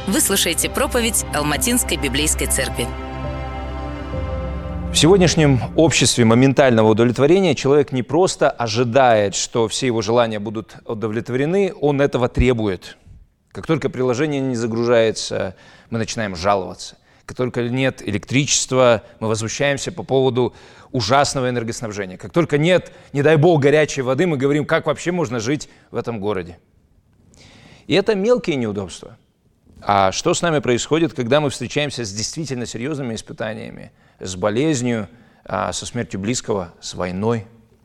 Вы слушаете проповедь Алматинской библейской церкви. В сегодняшнем обществе моментального удовлетворения человек не просто ожидает, что все его желания будут удовлетворены, он этого требует. Как только приложение не загружается, мы начинаем жаловаться. Как только нет электричества, мы возмущаемся по поводу ужасного энергоснабжения. Как только нет, не дай бог, горячей воды, мы говорим, как вообще можно жить в этом городе. И это мелкие неудобства. А что с нами происходит, когда мы встречаемся с действительно серьезными испытаниями, с болезнью, со смертью близкого, с войной?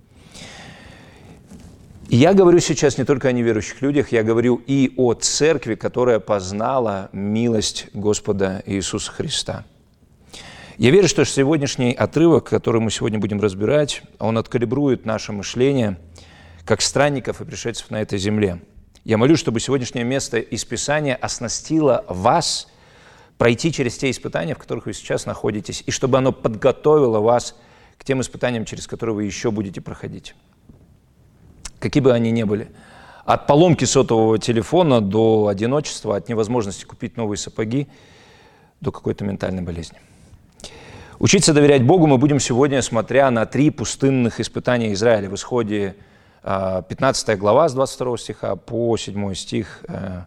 И я говорю сейчас не только о неверующих людях, я говорю и о церкви, которая познала милость Господа Иисуса Христа. Я верю, что сегодняшний отрывок, который мы сегодня будем разбирать, он откалибрует наше мышление как странников и пришельцев на этой земле. Я молюсь, чтобы сегодняшнее место из Писания оснастило вас пройти через те испытания, в которых вы сейчас находитесь, и чтобы оно подготовило вас к тем испытаниям, через которые вы еще будете проходить. Какие бы они ни были. От поломки сотового телефона до одиночества, от невозможности купить новые сапоги до какой-то ментальной болезни. Учиться доверять Богу мы будем сегодня, смотря на 3 пустынных испытания Израиля в Исходе 15 глава с 22 стиха по 7 стих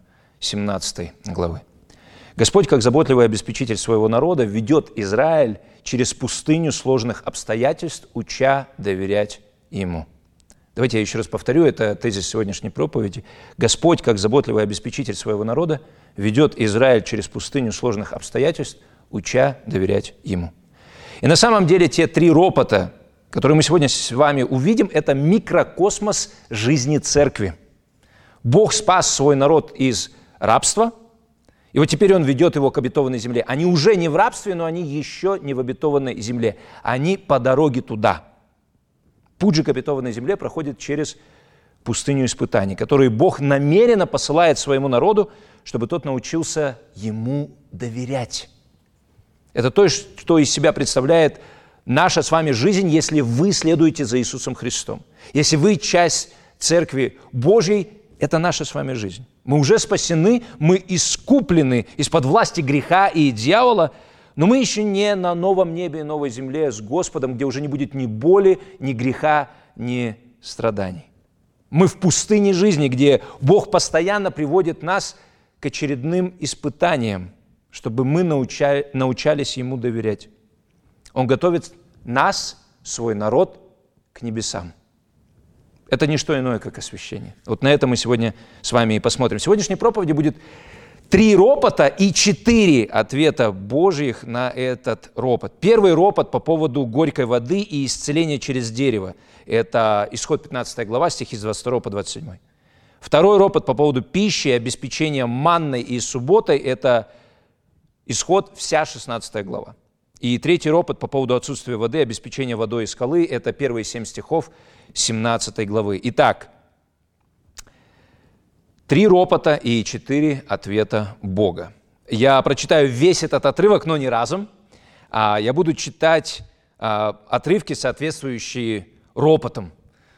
17 главы. Господь, как заботливый обеспечитель своего народа, ведет Израиль через пустыню сложных обстоятельств, уча доверять Ему. Давайте я еще раз повторю, это тезис сегодняшней проповеди. Господь, как заботливый обеспечитель своего народа, ведет Израиль через пустыню сложных обстоятельств, уча доверять Ему. И на самом деле те 3 ропота, которые мы сегодня с вами увидим, это микрокосмос жизни церкви. Бог спас свой народ из рабства, и вот теперь Он ведет его к обетованной земле. Они уже не в рабстве, но они еще не в обетованной земле. Они по дороге туда. Путь же к обетованной земле проходит через пустыню испытаний, которые Бог намеренно посылает своему народу, чтобы тот научился Ему доверять. Это то, что из себя представляет наша с вами жизнь, если вы следуете за Иисусом Христом. Если вы часть Церкви Божьей, это наша с вами жизнь. Мы уже спасены, мы искуплены из-под власти греха и дьявола, но мы еще не на новом небе и новой земле с Господом, где уже не будет ни боли, ни греха, ни страданий. Мы в пустыне жизни, где Бог постоянно приводит нас к очередным испытаниям, чтобы мы научались Ему доверять. Он готовит нас, свой народ, к небесам. Это не что иное, как освящение. Вот на это мы сегодня с вами и посмотрим. В сегодняшней проповеди будет 3 ропота и 4 ответа Божьих на этот ропот. Первый ропот по поводу горькой воды и исцеления через дерево. Это Исход 15 глава, стихи с 22 по 27. Второй ропот по поводу пищи и обеспечения манной и субботой. Это Исход, вся 16 глава. И 3 ропот по поводу отсутствия воды, обеспечения водой из скалы, это первые 7 стихов 17 главы. Итак, 3 ропота и 4 ответа Бога. Я прочитаю весь этот отрывок, но не разом. Я буду читать отрывки, соответствующие ропоту,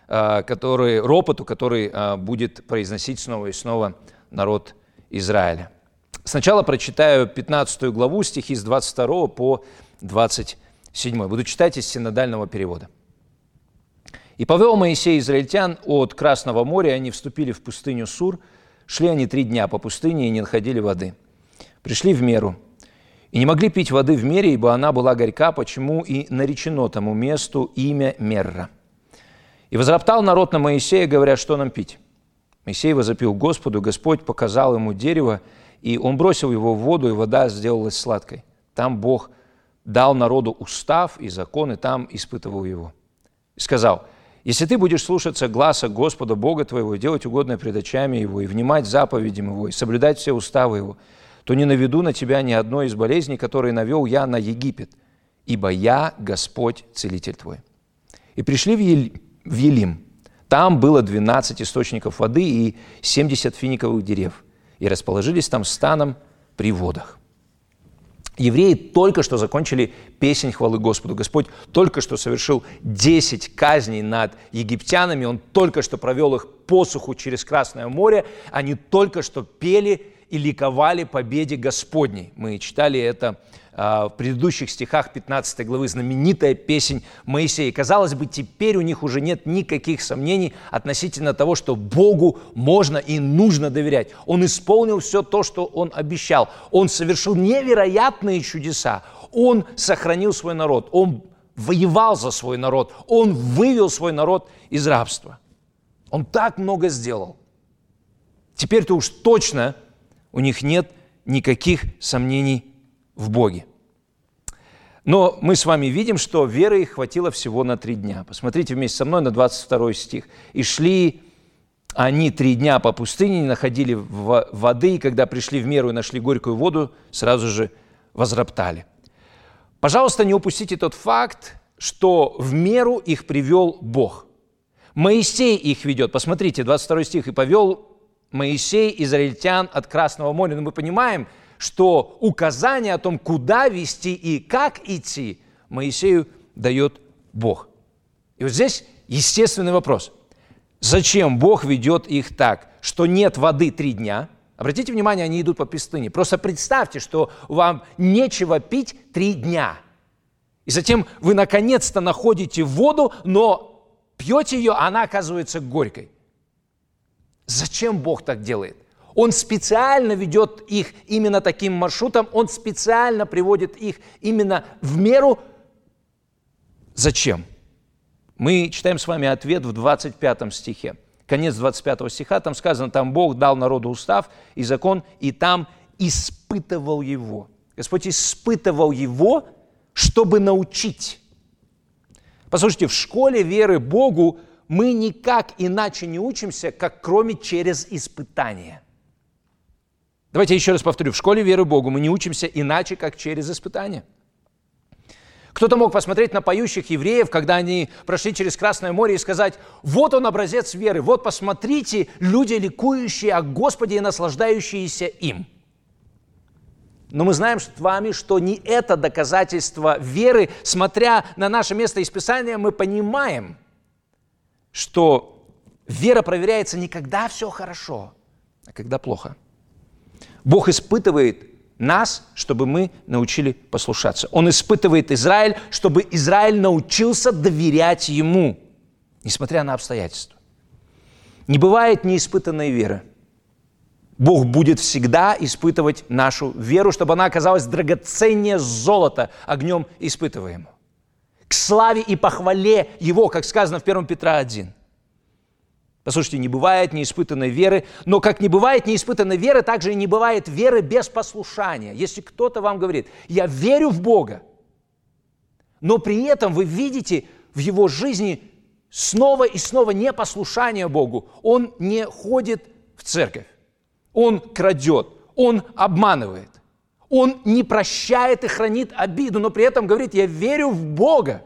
который будет произносить снова и снова народ Израиля. Сначала прочитаю 15 главу, стихи с 22 по 27. Буду читать из синодального перевода. «И повел Моисей израильтян от Красного моря, они вступили в пустыню Сур, шли они 3 дня по пустыне и не находили воды. Пришли в Меру, и не могли пить воды в Мере, ибо она была горька, почему и наречено тому месту имя Мерра. И возроптал народ на Моисея, говоря, что нам пить? Моисей возопил Господу, Господь показал ему дерево, и он бросил его в воду, и вода сделалась сладкой. Там Бог дал народу устав и закон, и там испытывал его. И сказал, если ты будешь слушаться гласа Господа Бога твоего, и делать угодное пред очами Его, и внимать заповедям Его, и соблюдать все уставы Его, то не наведу на тебя ни одной из болезней, которые навел я на Египет, ибо я Господь, целитель твой. И пришли в Елим. Там было 12 источников воды и 70 финиковых дерев, и расположились там станом при водах. Евреи только что закончили песнь хвалы Господу. Господь только что совершил 10 казней над египтянами, Он только что провел их посуху через Красное море, они только что пели и ликовали победе Господней. Мы читали это в предыдущих стихах 15 главы, знаменитая песнь Моисея. Казалось бы, теперь у них уже нет никаких сомнений относительно того, что Богу можно и нужно доверять. Он исполнил все то, что Он обещал. Он совершил невероятные чудеса. Он сохранил свой народ. Он воевал за свой народ. Он вывел свой народ из рабства. Он так много сделал. Теперь-то уж точно у них нет никаких сомнений в Боге. Но мы с вами видим, что веры их хватило всего на 3 дня. Посмотрите вместе со мной на 22 стих. «И шли они 3 дня по пустыне, не находили воды, и когда пришли в меру и нашли горькую воду, сразу же возроптали». Пожалуйста, не упустите тот факт, что в меру их привел Бог. Моисей их ведет. Посмотрите, 22 стих. «И повел Моисей израильтян от Красного моря». Но мы понимаем, что указание о том, куда вести и как идти, Моисею дает Бог. И вот здесь естественный вопрос. Зачем Бог ведет их так, что нет воды 3 дня? Обратите внимание, они идут по пустыне. Просто представьте, что вам нечего пить 3 дня. И затем вы наконец-то находите воду, но пьете ее, а она оказывается горькой. Зачем Бог так делает? Он специально ведет их именно таким маршрутом, Он специально приводит их именно в меру. Зачем? Мы читаем с вами ответ в 25 стихе. Конец 25 стиха, там сказано, там Бог дал народу устав и закон, и там испытывал его. Господь испытывал его, чтобы научить. Послушайте, в школе веры Богу мы никак иначе не учимся, как кроме через испытания. Давайте я еще раз повторю. В школе веры Богу мы не учимся иначе, как через испытания. Кто-то мог посмотреть на поющих евреев, когда они прошли через Красное море, и сказать, вот он образец веры, вот посмотрите, люди, ликующие о Господе и наслаждающиеся им. Но мы знаем с вами, что не это доказательство веры. Смотря на наше место из Писания, мы понимаем, что вера проверяется не когда все хорошо, а когда плохо. Бог испытывает нас, чтобы мы научили послушаться. Он испытывает Израиль, чтобы Израиль научился доверять Ему, несмотря на обстоятельства. Не бывает неиспытанной веры. Бог будет всегда испытывать нашу веру, чтобы она оказалась драгоценнее золота, огнем испытываемого. К славе и похвале Его, как сказано в 1 Петра 1. Послушайте, не бывает неиспытанной веры, но как не бывает неиспытанной веры, также и не бывает веры без послушания. Если кто-то вам говорит, я верю в Бога, но при этом вы видите в его жизни снова и снова непослушание Богу, он не ходит в церковь, он крадет, он обманывает, он не прощает и хранит обиду, но при этом говорит, я верю в Бога.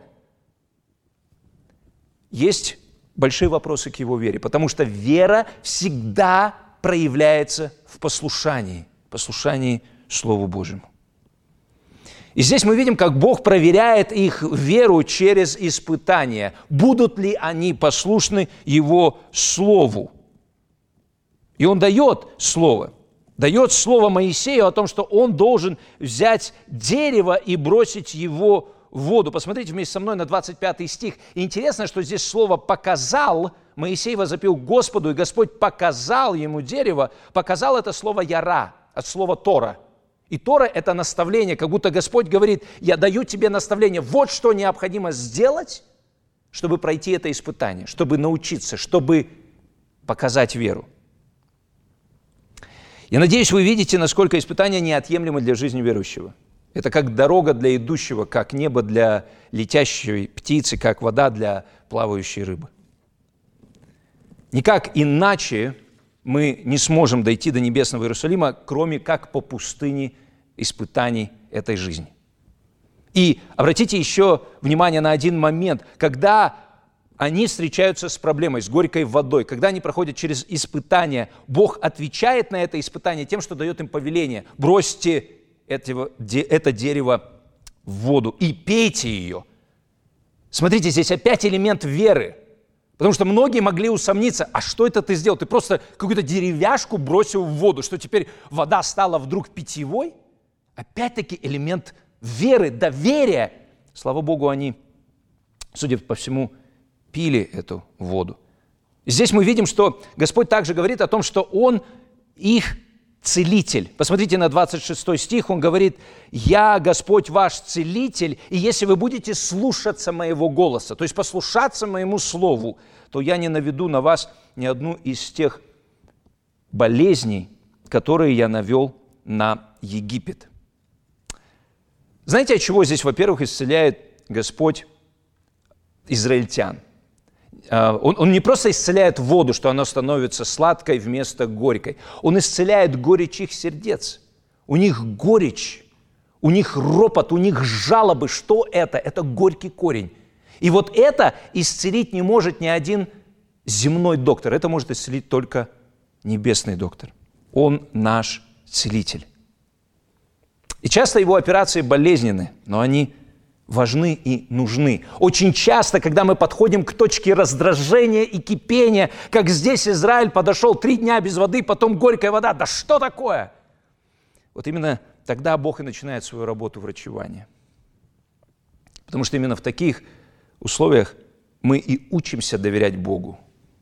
Есть большие вопросы к его вере, потому что вера всегда проявляется в послушании Слову Божьему. И здесь мы видим, как Бог проверяет их веру через испытания. Будут ли они послушны Его Слову? И Он дает Слово Моисею о том, что он должен взять дерево и бросить его в воду. Посмотрите вместе со мной на 25 стих. И интересно, что здесь слово «показал». Моисей возопил Господу, и Господь показал ему дерево. Показал это слово «яра», от слова «тора». И Тора – это наставление, как будто Господь говорит, я даю тебе наставление. Вот что необходимо сделать, чтобы пройти это испытание, чтобы научиться, чтобы показать веру. Я надеюсь, вы видите, насколько испытания неотъемлемы для жизни верующего. Это как дорога для идущего, как небо для летящей птицы, как вода для плавающей рыбы. Никак иначе мы не сможем дойти до небесного Иерусалима, кроме как по пустыне испытаний этой жизни. И обратите еще внимание на один момент, когда они встречаются с проблемой, с горькой водой, когда они проходят через испытания, Бог отвечает на это испытание тем, что дает им повеление: бросьте это дерево в воду и пейте ее. Смотрите, здесь опять элемент веры. Потому что многие могли усомниться, а что это ты сделал? Ты просто какую-то деревяшку бросил в воду, что теперь вода стала вдруг питьевой? Опять-таки элемент веры, доверия. Слава Богу, они, судя по всему, пили эту воду. Здесь мы видим, что Господь также говорит о том, что Он их целитель. Посмотрите на 26 стих, Он говорит: «Я, Господь ваш целитель, и если вы будете слушаться моего голоса, то есть послушаться моему слову, то я не наведу на вас ни одну из тех болезней, которые я навел на Египет». Знаете, от чего здесь, во-первых, исцеляет Господь израильтян? Он не просто исцеляет воду, что она становится сладкой вместо горькой. Он исцеляет горечь их сердец. У них горечь, у них ропот, у них жалобы. Что это? Это горький корень. И вот это исцелить не может ни один земной доктор. Это может исцелить только небесный доктор. Он наш целитель. И часто его операции болезненны, но они важны и нужны. Очень часто, когда мы подходим к точке раздражения и кипения, как здесь Израиль подошел 3 дня без воды, потом горькая вода, да что такое? Вот именно тогда Бог и начинает свою работу врачевания. Потому что именно в таких условиях мы и учимся доверять Богу.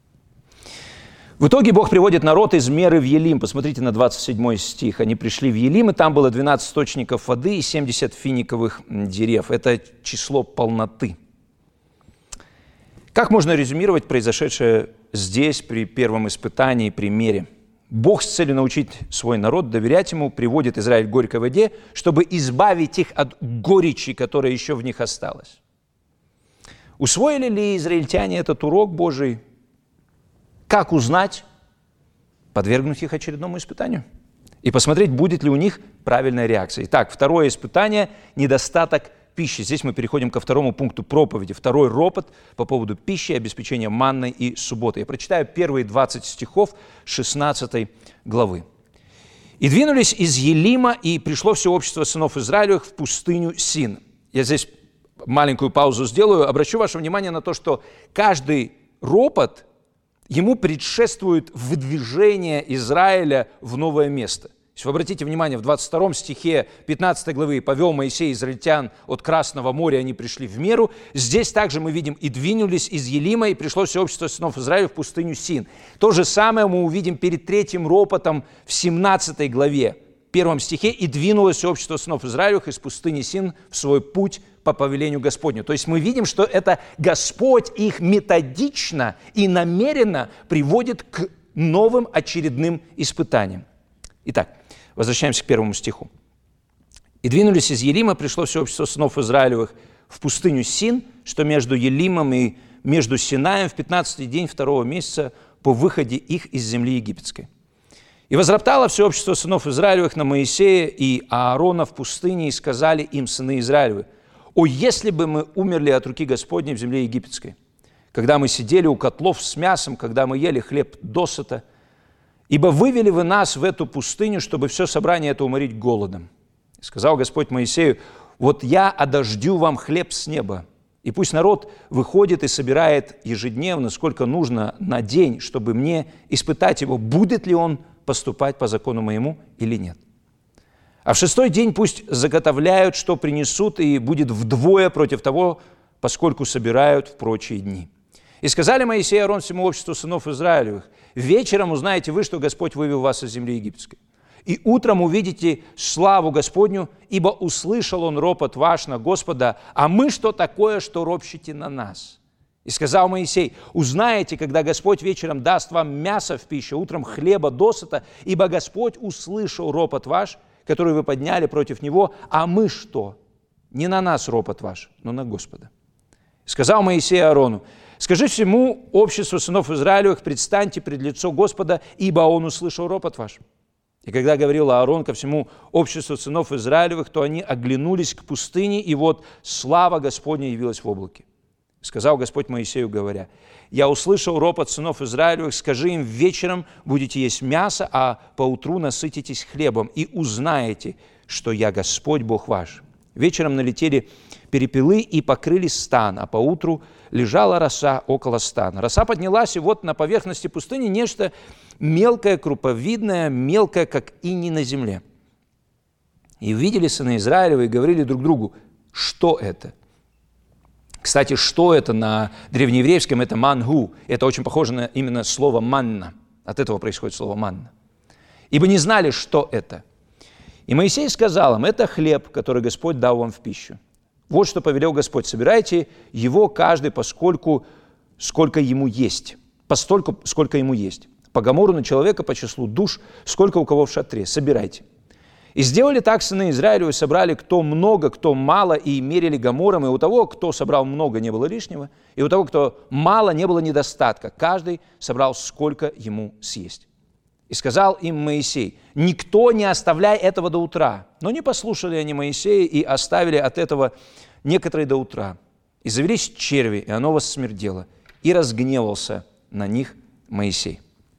В итоге Бог приводит народ из Меры в Елим. Посмотрите на 27 стих. Они пришли в Елим, и там было 12 источников воды и 70 финиковых дерев. Это число полноты. Как можно резюмировать произошедшее здесь при первом испытании и примере? Бог с целью научить свой народ доверять Ему приводит Израиль к горькой воде, чтобы избавить их от горечи, которая еще в них осталась. Усвоили ли израильтяне этот урок Божий? Как узнать? Подвергнуть их очередному испытанию. И посмотреть, будет ли у них правильная реакция. Итак, второе испытание – недостаток пищи. Здесь мы переходим ко второму пункту проповеди. Второй ропот по поводу пищи, обеспечения манной и субботы. Я прочитаю первые 20 стихов 16 главы. «И двинулись из Елима, и пришло все общество сынов Израилевых в пустыню Син». Я здесь маленькую паузу сделаю. Обращу ваше внимание на то, что каждый ропот – ему предшествует выдвижение Израиля в новое место. Если вы обратите внимание, в 22 стихе 15 главы «Повел Моисей израильтян от Красного моря, они пришли в Меру». Здесь также мы видим «И двинулись из Елима, и пришло все общество сынов Израиля в пустыню Син». То же самое мы увидим перед третьим ропотом в 17 главе, 1 стихе «И двинулось все общество сынов Израилевых из пустыни Син в свой путь по повелению Господню». То есть мы видим, что это Господь их методично и намеренно приводит к новым очередным испытаниям. Итак, возвращаемся к 1 стиху. «И двинулись из Елима, пришло все общество сынов Израилевых в пустыню Син, что между Елимом и между Синаем в 15-й день 2-го месяца по выходе их из земли египетской. И возроптало все общество сынов Израилевых на Моисея и Аарона в пустыне, и сказали им сыны Израилевы: «О, если бы мы умерли от руки Господней в земле египетской, когда мы сидели у котлов с мясом, когда мы ели хлеб досыта, ибо вывели вы нас в эту пустыню, чтобы все собрание это уморить голодом. И сказал Господь Моисею: вот я одождю вам хлеб с неба, и пусть народ выходит и собирает ежедневно, сколько нужно на день, чтобы мне испытать его, будет ли он поступать по закону моему или нет. А в 6-й день пусть заготовляют, что принесут, и будет вдвое против того, поскольку собирают в прочие дни. И сказали Моисей и Аарон всему обществу сынов Израилевых: вечером узнаете вы, что Господь вывел вас из земли египетской. И утром увидите славу Господню, ибо услышал он ропот ваш на Господа, а мы что такое, что ропщите на нас? И сказал Моисей: узнаете, когда Господь вечером даст вам мясо в пищу, утром хлеба досыта, ибо Господь услышал ропот ваш, который вы подняли против Него, а мы что? Не на нас ропот ваш, но на Господа. И сказал Моисей Аарону: скажи всему обществу сынов Израилевых: предстаньте пред лицо Господа, ибо Он услышал ропот ваш. И когда говорил Аарон ко всему обществу сынов Израилевых, то они оглянулись к пустыне, и вот слава Господня явилась в облаке. Сказал Господь Моисею, говоря: я услышал ропот сынов Израилевых, скажи им: вечером будете есть мясо, а поутру насытитесь хлебом, и узнаете, что я Господь Бог ваш. Вечером налетели перепелы и покрыли стан, а поутру лежала роса около стана. Роса поднялась, и вот на поверхности пустыни нечто мелкое, круповидное, мелкое, как иней на земле. И увидели сыны Израилевы и говорили друг другу: что это? Кстати, что это на древнееврейском? Это мангу. Это очень похоже на именно слово манна. От этого происходит слово манна. Ибо не знали, что это. И Моисей сказал им: это хлеб, который Господь дал вам в пищу. Вот что повелел Господь: собирайте его каждый сколько ему есть. Постольку, сколько ему есть. По гомору на человека, по числу душ, сколько у кого в шатре. Собирайте. И сделали так сыны Израилевы, собрали кто много, кто мало, и мерили гомором, и у того, кто собрал много, не было лишнего, и у того, кто мало, не было недостатка. Каждый собрал, сколько ему съесть. И сказал им Моисей: никто не оставляй этого до утра. Но не послушали они Моисея и оставили от этого некоторые до утра. И завелись черви, и оно воссмердело, и разгневался на них Моисей.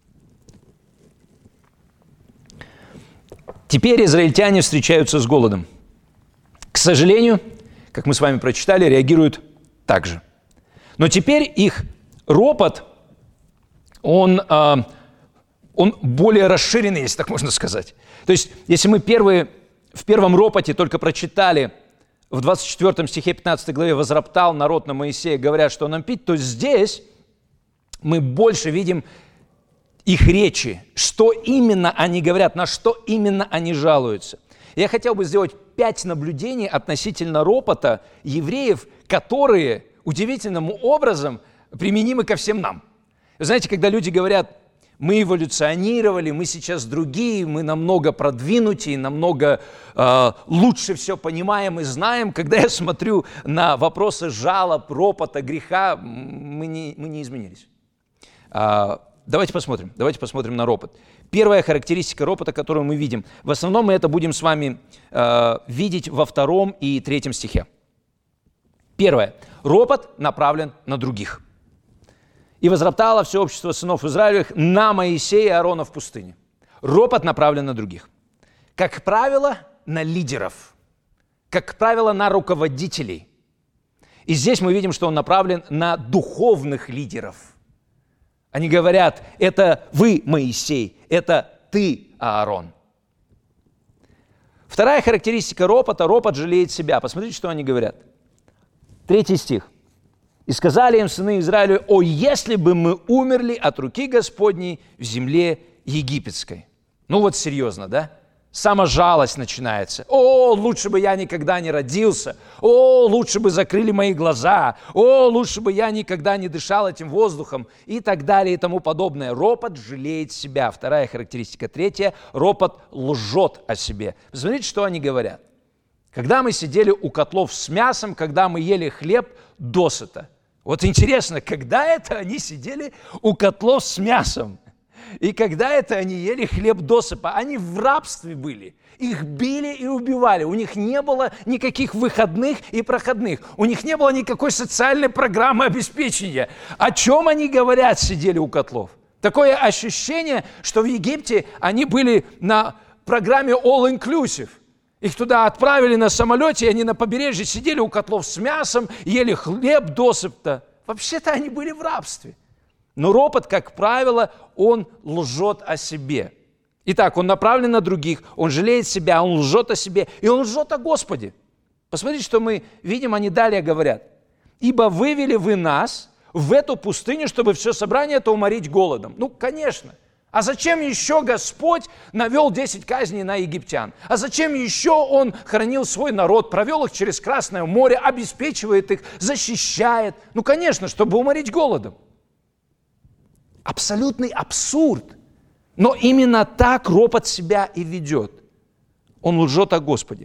Теперь израильтяне встречаются с голодом. К сожалению, как мы с вами прочитали, реагируют так же. Но теперь их ропот, он более расширенный, если так можно сказать. То есть, если мы в первом ропоте только прочитали в 24 стихе 15 главе «возроптал народ на Моисея, говоря, что нам пить», то здесь мы больше видим их речи, что именно они говорят, на что именно они жалуются. Я хотел бы сделать 5 наблюдений относительно ропота евреев, которые удивительным образом применимы ко всем нам. Вы знаете, когда люди говорят: мы эволюционировали, мы сейчас другие, мы намного продвинутее, намного лучше все понимаем и знаем, когда я смотрю на вопросы жалоб, ропота, греха, мы не изменились. Давайте посмотрим на ропот. Первая характеристика ропота, которую мы видим. В основном мы это будем с вами видеть во 2 и 3 стихе. Первое. Ропот направлен на других. «И возроптало все общество сынов Израилевых на Моисея и Аарона в пустыне». Ропот направлен на других. Как правило, на лидеров. Как правило, на руководителей. И здесь мы видим, что он направлен на духовных лидеров. Они говорят: это вы, Моисей, это ты, Аарон. Вторая характеристика ропота: ропот жалеет себя. Посмотрите, что они говорят. 3 стих. «И сказали им сыны Израилевы: о, если бы мы умерли от руки Господней в земле египетской». Ну вот серьезно, да? Саможалость начинается. О, лучше бы я никогда не родился. О, лучше бы закрыли мои глаза. О, лучше бы я никогда не дышал этим воздухом. И так далее и тому подобное. Ропот жалеет себя. Вторая характеристика. 3. Ропот лжет о себе. Посмотрите, что они говорят. Когда мы сидели у котлов с мясом, когда мы ели хлеб досыта. Вот интересно, когда это они сидели у котлов с мясом? И когда это они ели хлеб досыпа? Они в рабстве были. Их били и убивали. У них не было никаких выходных и проходных. У них не было никакой социальной программы обеспечения. О чем они говорят, сидели у котлов? Такое ощущение, что в Египте они были на программе All Inclusive. Их туда отправили на самолете, и они на побережье сидели у котлов с мясом, ели хлеб досыта. Вообще-то они были в рабстве. Но ропот, как правило, он лжет о себе. Итак, он направлен на других, он жалеет себя, он лжет о себе, и он лжет о Господе. Посмотрите, что мы видим, они далее говорят. «Ибо вывели вы нас в эту пустыню, чтобы все собрание это уморить голодом». Ну, конечно. А зачем еще Господь навел 10 казней на египтян? А зачем еще Он хранил свой народ, провел их через Красное море, обеспечивает их, защищает? Ну, конечно, чтобы уморить голодом. Абсолютный абсурд. Но именно так ропот себя и ведет. Он лжет о Господе.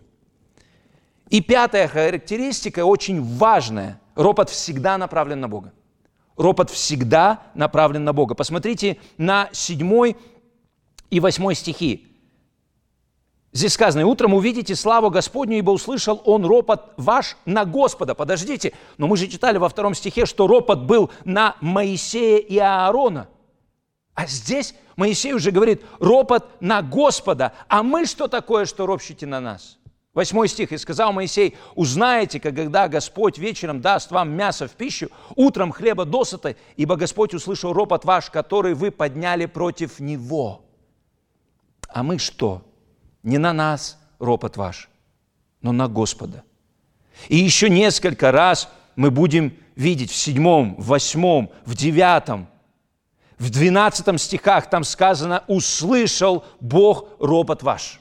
И 5 характеристика, очень важная. Ропот всегда направлен на Бога. Ропот всегда направлен на Бога. Посмотрите на 7 и 8 стихи. Здесь сказано: «И утром увидите славу Господню, ибо услышал он ропот ваш на Господа». Подождите, но мы же читали во 2 стихе, что ропот был на Моисея и Аарона. А здесь Моисей уже говорит: ропот на Господа. А мы что такое, что ропщите на нас? 8 стих. «И сказал Моисей: узнаете, когда Господь вечером даст вам мясо в пищу, утром хлеба досыта, ибо Господь услышал ропот ваш, который вы подняли против Него». А мы что? Не на нас ропот ваш, но на Господа. И еще несколько раз мы будем видеть в 7, в 8, в 9, в 12 стихах там сказано: «Услышал Бог ропот ваш».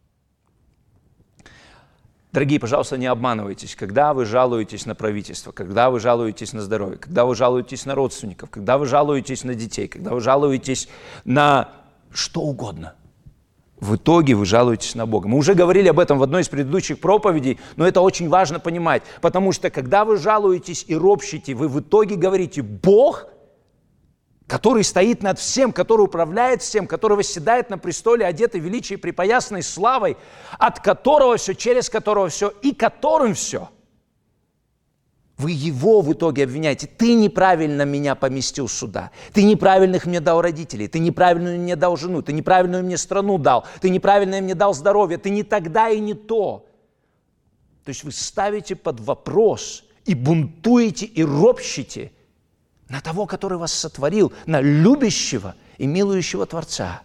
Дорогие, пожалуйста, не обманывайтесь, когда вы жалуетесь на правительство, когда вы жалуетесь на здоровье, когда вы жалуетесь на родственников, когда вы жалуетесь на детей, когда вы жалуетесь на что угодно. В итоге вы жалуетесь на Бога. Мы уже говорили об этом в одной из предыдущих проповедей, но это очень важно понимать, потому что когда вы жалуетесь и ропщите, вы в итоге говорите: Бог, который стоит над всем, который управляет всем, который восседает на престоле, одетый в величие и припоясанной славой, от которого все, через которого все и которым все. Вы Его в итоге обвиняете. Ты неправильно меня поместил сюда. Ты неправильных мне дал родителей. Ты неправильную мне дал жену. Ты неправильную мне страну дал. Ты неправильно мне дал здоровье. Ты не тогда и не то. То есть вы ставите под вопрос и бунтуете, и ропщите на того, который вас сотворил, на любящего и милующего Творца.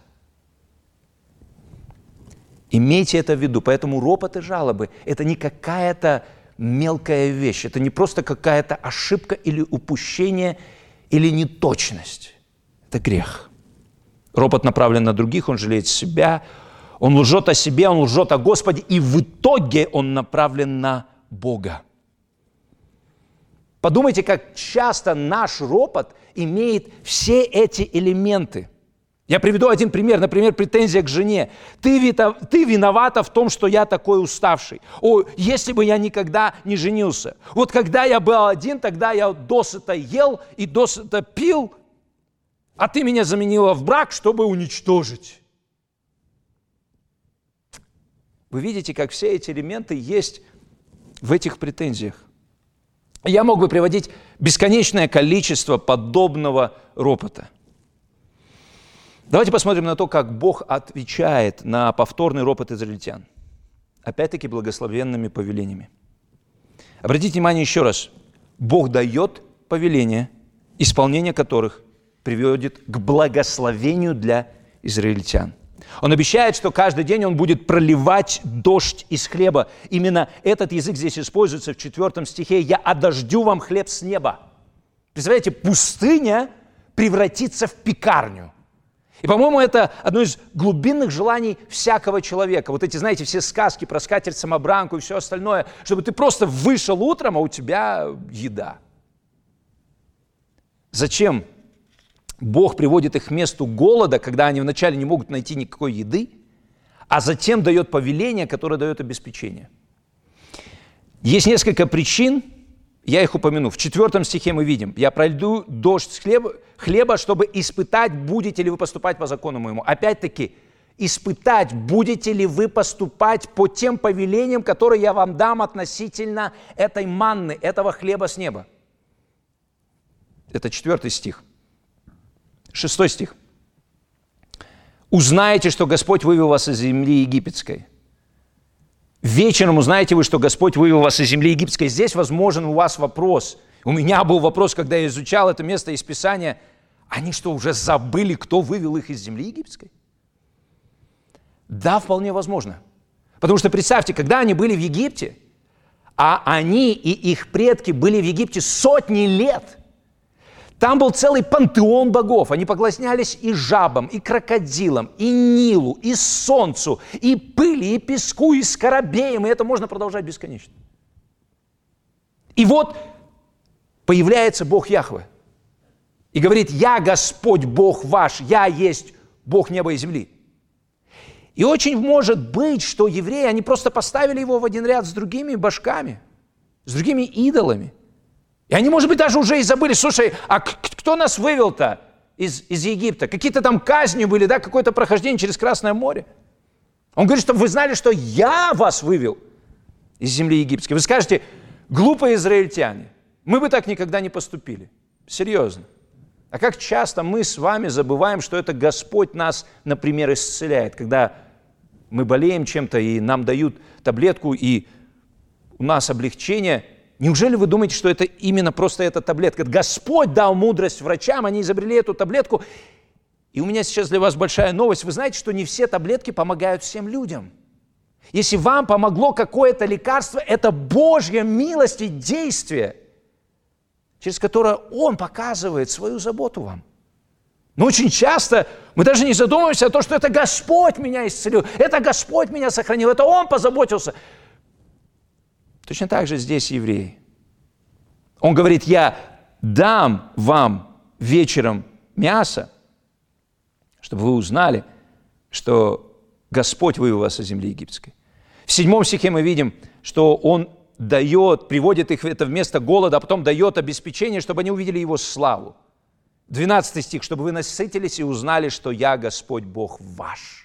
Имейте это в виду. Поэтому ропот и жалобы – это не какая-то мелкая вещь. Это не просто какая-то ошибка или упущение, или неточность. Это грех. Ропот направлен на других, он жалеет себя, он лжет о себе, он лжет о Господе, и в итоге он направлен на Бога. Подумайте, как часто наш ропот имеет все эти элементы. Я приведу один пример. Например, претензия к жене. Ты виновата в том, что я такой уставший. О, если бы я никогда не женился. Вот когда я был один, тогда я досыта ел и досыта пил, а ты меня заменила в брак, чтобы уничтожить. Вы видите, как все эти элементы есть в этих претензиях. Я мог бы приводить бесконечное количество подобного ропота. Давайте посмотрим на то, как Бог отвечает на повторный ропот израильтян. Опять-таки благословенными повелениями. Обратите внимание еще раз. Бог дает повеления, исполнение которых приводит к благословению для израильтян. Он обещает, что каждый день он будет проливать дождь из хлеба. Именно этот язык здесь используется в 4 стихе. «Я одождю вам хлеб с неба». Представляете, пустыня превратится в пекарню. И, по-моему, это одно из глубинных желаний всякого человека. Вот эти, знаете, все сказки про скатерть-самобранку и все остальное, чтобы ты просто вышел утром, а у тебя еда. Зачем Бог приводит их к месту голода, когда они вначале не могут найти никакой еды, а затем дает повеление, которое дает обеспечение? Есть несколько причин, я их упомяну. В 4 стихе мы видим: «Я прольду дождь с хлеба, чтобы испытать, будете ли вы поступать по закону моему». Опять-таки, испытать, будете ли вы поступать по тем повелениям, которые я вам дам относительно этой манны, этого хлеба с неба. Это 4 стих. 6 стих. «Узнаете, что Господь вывел вас из земли египетской». Вечером узнаете вы, что Господь вывел вас из земли египетской. Здесь возможен у вас вопрос. У меня был вопрос, когда я изучал это место из Писания. Они что, уже забыли, кто вывел их из земли египетской? Да, вполне возможно. Потому что представьте, когда они были в Египте, а они и их предки были в Египте сотни лет, там был целый пантеон богов. Они поклонялись и жабам, и крокодилам, и Нилу, и солнцу, и пыли, и песку, и скоробеям. И это можно продолжать бесконечно. И вот появляется Бог Яхве и говорит: «Я Господь Бог ваш, я есть Бог неба и земли». И очень может быть, что евреи, они просто поставили его в один ряд с другими божками, с другими идолами. И они, может быть, даже уже и забыли: слушай, а кто нас вывел-то из Египта? Какие-то там казни были, да, какое-то прохождение через Красное море. Он говорит, чтобы вы знали, что я вас вывел из земли египетской. Вы скажете: глупые израильтяне, мы бы так никогда не поступили. Серьезно. А как часто мы с вами забываем, что это Господь нас, например, исцеляет, когда мы болеем чем-то, и нам дают таблетку, и у нас облегчение. Неужели вы думаете, что это именно просто эта таблетка? Господь дал мудрость врачам, они изобрели эту таблетку. И у меня сейчас для вас большая новость. Вы знаете, что не все таблетки помогают всем людям. Если вам помогло какое-то лекарство, это Божья милость и действие, через которое Он показывает свою заботу вам. Но очень часто мы даже не задумываемся о том, что это Господь меня исцелил, это Господь меня сохранил, это Он позаботился. Точно так же здесь евреи. Он говорит, я дам вам вечером мясо, чтобы вы узнали, что Господь вывел вас из земли египетской. В 7 стихе мы видим, что Он дает, приводит их это вместо голода, а потом дает обеспечение, чтобы они увидели Его славу. 12 стих, чтобы вы насытились и узнали, что я Господь Бог ваш.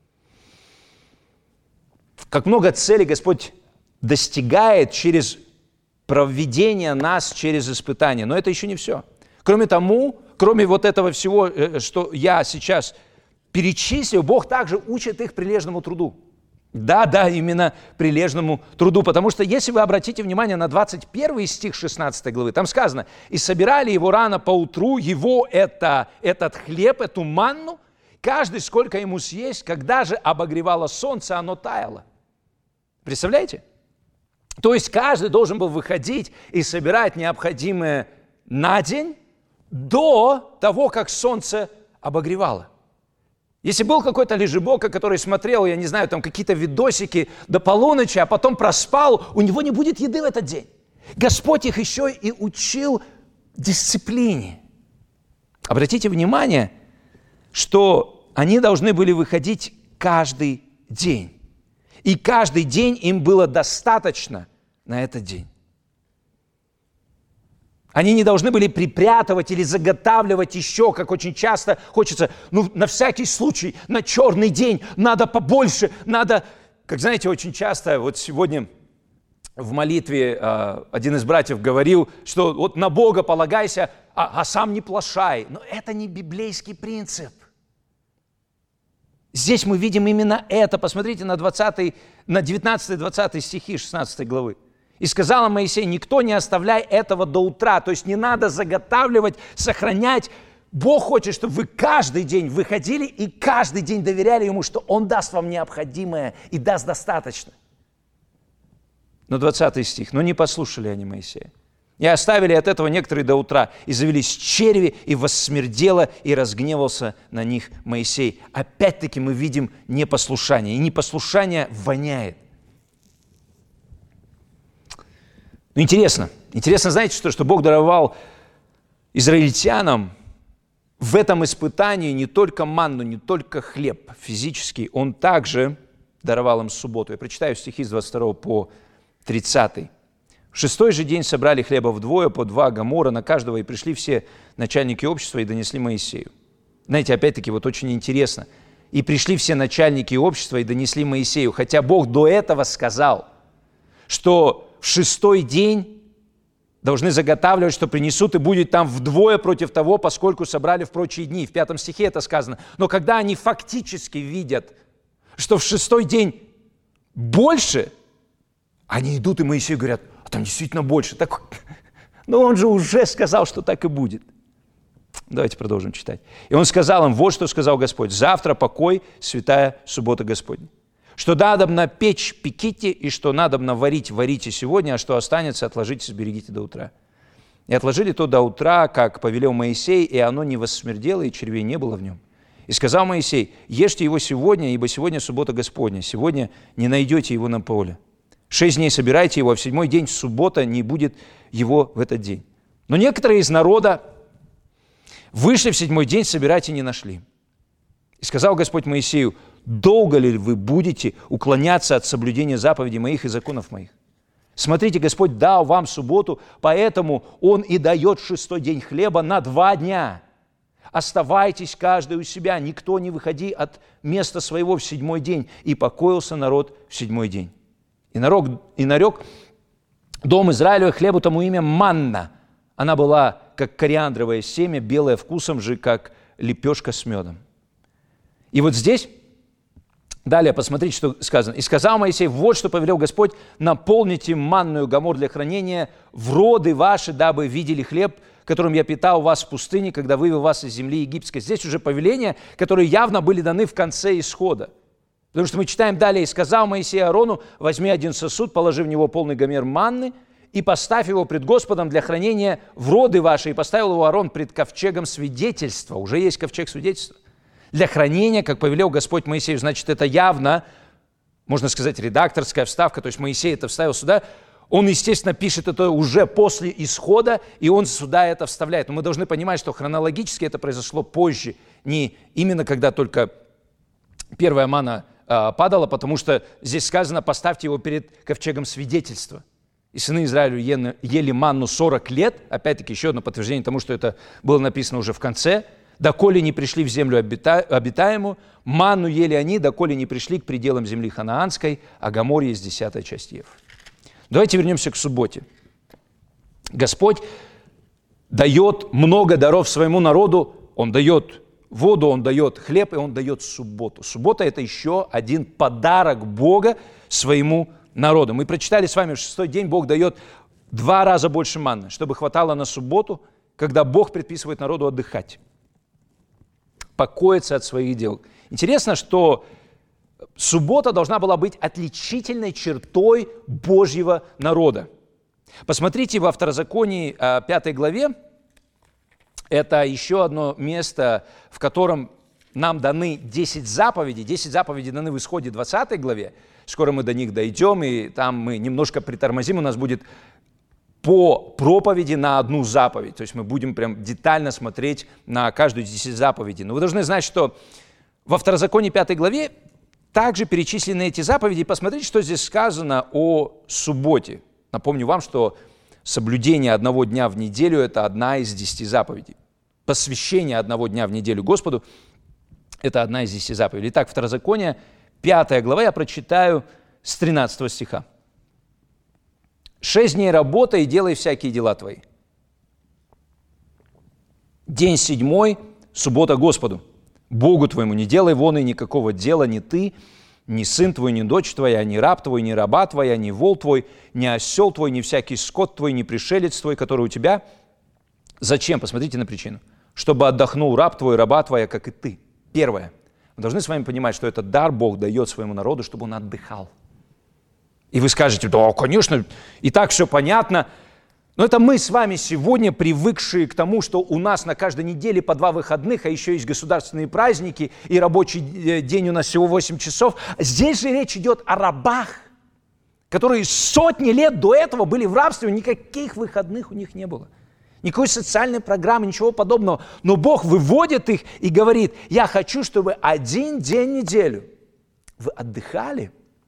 Как много целей Господь достигает через проведение нас через испытания. Но это еще не все. Кроме вот этого всего, что я сейчас перечислил, Бог также учит их прилежному труду. Да, именно прилежному труду. Потому что если вы обратите внимание на 21 стих 16 главы, там сказано, «И собирали его рано поутру, этот хлеб, эту манну, каждый сколько ему съесть, когда же обогревало солнце, оно таяло». Представляете? То есть каждый должен был выходить и собирать необходимое на день до того, как солнце обогревало. Если был какой-то лежебока, который смотрел, я не знаю, там какие-то видосики до полуночи, а потом проспал, у него не будет еды в этот день. Господь их еще и учил дисциплине. Обратите внимание, что они должны были выходить каждый день. И каждый день им было достаточно на этот день. Они не должны были припрятывать или заготавливать еще, как очень часто хочется, на всякий случай, на черный день, надо побольше, надо, как знаете, очень часто, вот сегодня в молитве один из братьев говорил, что вот на Бога полагайся, а сам не плашай. Но это не библейский принцип. Здесь мы видим именно это. Посмотрите на 19-20 стихи 16 главы. «И сказал Моисей, никто не оставляй этого до утра». То есть не надо заготавливать, сохранять. Бог хочет, чтобы вы каждый день выходили и каждый день доверяли Ему, что Он даст вам необходимое и даст достаточно. Но 20 стих. «Но не послушали они Моисея. И оставили от этого некоторые до утра, и завелись черви, и воссмердело, и разгневался на них Моисей». Опять-таки мы видим непослушание, и непослушание воняет. Но интересно, знаете, что Бог даровал израильтянам в этом испытании не только манну, не только хлеб физический, Он также даровал им субботу. Я прочитаю стихи с 22 по 30. «В 6-й же день собрали хлеба вдвое, по 2 гомора на каждого, и пришли все начальники общества и донесли Моисею». Знаете, опять-таки, вот очень интересно. «И пришли все начальники общества и донесли Моисею», хотя Бог до этого сказал, что в 6-й день должны заготавливать, что принесут, и будет там вдвое против того, поскольку собрали в прочие дни. В 5 стихе это сказано. Но когда они фактически видят, что в 6-й день больше, они идут и Моисею говорят, а там действительно больше. Но он же уже сказал, что так и будет. Давайте продолжим читать. «И он сказал им, вот что сказал Господь, завтра покой, святая суббота Господня. Что надобно печь, пеките, и что надобно варить, варите сегодня, а что останется, отложите, сберегите до утра. И отложили то до утра, как повелел Моисей, и оно не воссмердело, и червей не было в нем. И сказал Моисей, ешьте его сегодня, ибо сегодня суббота Господня, сегодня не найдете его на поле. 6 дней собирайте его, а в 7-й день, суббота, не будет его в этот день. Но некоторые из народа вышли в 7-й день собирать и не нашли. И сказал Господь Моисею, долго ли вы будете уклоняться от соблюдения заповедей моих и законов моих? Смотрите, Господь дал вам субботу, поэтому Он и дает 6-й день хлеба на 2 дня. Оставайтесь каждый у себя, никто не выходи от места своего в 7-й день. И покоился народ в 7-й день. И нарек дом Израилева хлебу тому имя манна. Она была, как кориандровое семя, белая вкусом же, как лепешка с медом». И вот здесь Далее, посмотрите, что сказано. «И сказал Моисей, вот что повелел Господь, наполните манную гомор для хранения в роды ваши, дабы видели хлеб, которым я питал вас в пустыне, когда вывел вас из земли египетской». Здесь уже повеления, которые явно были даны в конце исхода. Потому что мы читаем далее, «И сказал Моисей Аарону, возьми один сосуд, положи в него полный гомер манны, и поставь его пред Господом для хранения в роды ваши, и поставил его Аарон пред ковчегом свидетельства». Уже есть ковчег свидетельства. Для хранения, как повелел Господь Моисею. Значит, это явно, можно сказать, редакторская вставка, то есть Моисей это вставил сюда. Он, естественно, пишет это уже после исхода, и он сюда это вставляет. Но мы должны понимать, что хронологически это произошло позже, не именно когда только первая манна падала, потому что здесь сказано, поставьте его перед ковчегом свидетельства. И сыны Израилю ели манну 40 лет, опять-таки еще одно подтверждение тому, что это было написано уже в конце, доколе не пришли в землю обитаемую, манну ели они, доколе не пришли к пределам земли ханаанской, а Гомор есть 10-я часть Ев. Давайте вернемся к субботе. Господь дает много даров своему народу, Он дает воду, Он дает хлеб, и Он дает субботу. Суббота – это еще один подарок Бога своему народу. Мы прочитали с вами, в 6-й день Бог дает 2 раза больше манны, чтобы хватало на субботу, когда Бог предписывает народу отдыхать, покоиться от своих дел. Интересно, что суббота должна была быть отличительной чертой Божьего народа. Посмотрите во Второзаконии 5 главе. Это еще одно место, в котором нам даны 10 заповедей. 10 заповедей даны в Исходе 20 главе. Скоро мы до них дойдем, и там мы немножко притормозим. У нас будет по проповеди на одну заповедь. То есть мы будем прям детально смотреть на каждую из 10 заповедей. Но вы должны знать, что во Второзаконии 5 главе также перечислены эти заповеди. Посмотрите, что здесь сказано о субботе. Напомню вам, что соблюдение одного дня в неделю – это одна из 10 заповедей. Посвящение одного дня в неделю Господу – это одна из 10 заповедей. Итак, Второзаконие, 5 глава, я прочитаю с 13 стиха. 6 дней работай и делай всякие дела твои. День 7 – суббота Господу, Богу твоему. Не делай вон и никакого дела ни ты, ни сын твой, ни дочь твоя, ни раб твой, ни раба твоя, ни вол твой, ни осел твой, ни всякий скот твой, ни пришелец твой, который у тебя. Зачем? Посмотрите на причину. Чтобы отдохнул раб твой, раба твоя, как и ты. Первое. Мы должны с вами понимать, что этот дар Бог дает своему народу, чтобы он отдыхал. И вы скажете, да, конечно, и так все понятно. Но это мы с вами сегодня привыкшие к тому, что у нас на каждой неделе по 2 выходных, а еще есть государственные праздники, и рабочий день у нас всего 8 часов. Здесь же речь идет о рабах, которые сотни лет до этого были в рабстве, никаких выходных у них не было. Никакой социальной программы, ничего подобного. Но Бог выводит их и говорит, я хочу, чтобы 1 день в неделю вы отдыхали.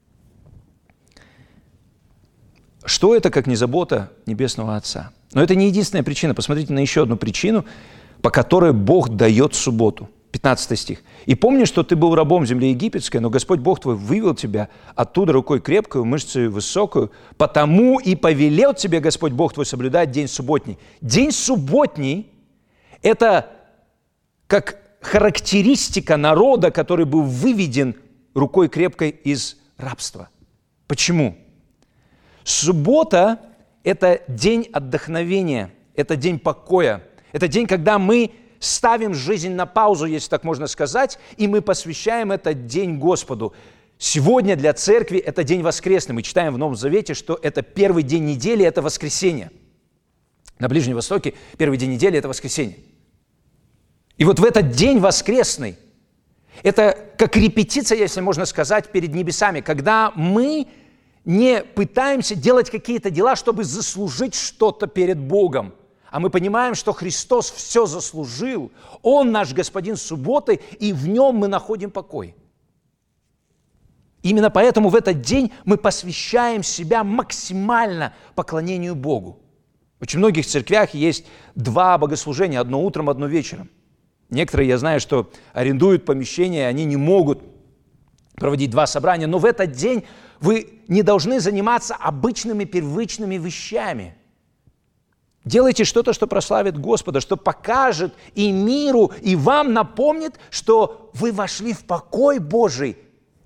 Что это, как не забота Небесного Отца? Но это не единственная причина. Посмотрите на еще одну причину, по которой Бог дает субботу. 15 стих. «И помни, что ты был рабом в земле египетской, но Господь Бог твой вывел тебя оттуда рукой крепкую, мышцей высокую, потому и повелел тебе Господь Бог твой соблюдать день субботний». День субботний – это как характеристика народа, который был выведен рукой крепкой из рабства. Почему? Суббота – это день отдохновения, это день покоя, это день, когда мы ставим жизнь на паузу, если так можно сказать, и мы посвящаем этот день Господу. Сегодня для церкви это день воскресный. Мы читаем в Новом Завете, что это первый день недели, это воскресенье. На Ближнем Востоке первый день недели – это воскресенье. И вот в этот день воскресный, это как репетиция, если можно сказать, перед небесами, когда мы не пытаемся делать какие-то дела, чтобы заслужить что-то перед Богом. А мы понимаем, что Христос все заслужил. Он наш Господин субботы, и в Нем мы находим покой. Именно поэтому в этот день мы посвящаем себя максимально поклонению Богу. В очень многих церквях есть 2 богослужения, одно утром, одно вечером. Некоторые, я знаю, что арендуют помещения, они не могут проводить 2 собрания, но в этот день вы не должны заниматься обычными первичными вещами. Делайте что-то, что прославит Господа, что покажет и миру, и вам напомнит, что вы вошли в покой Божий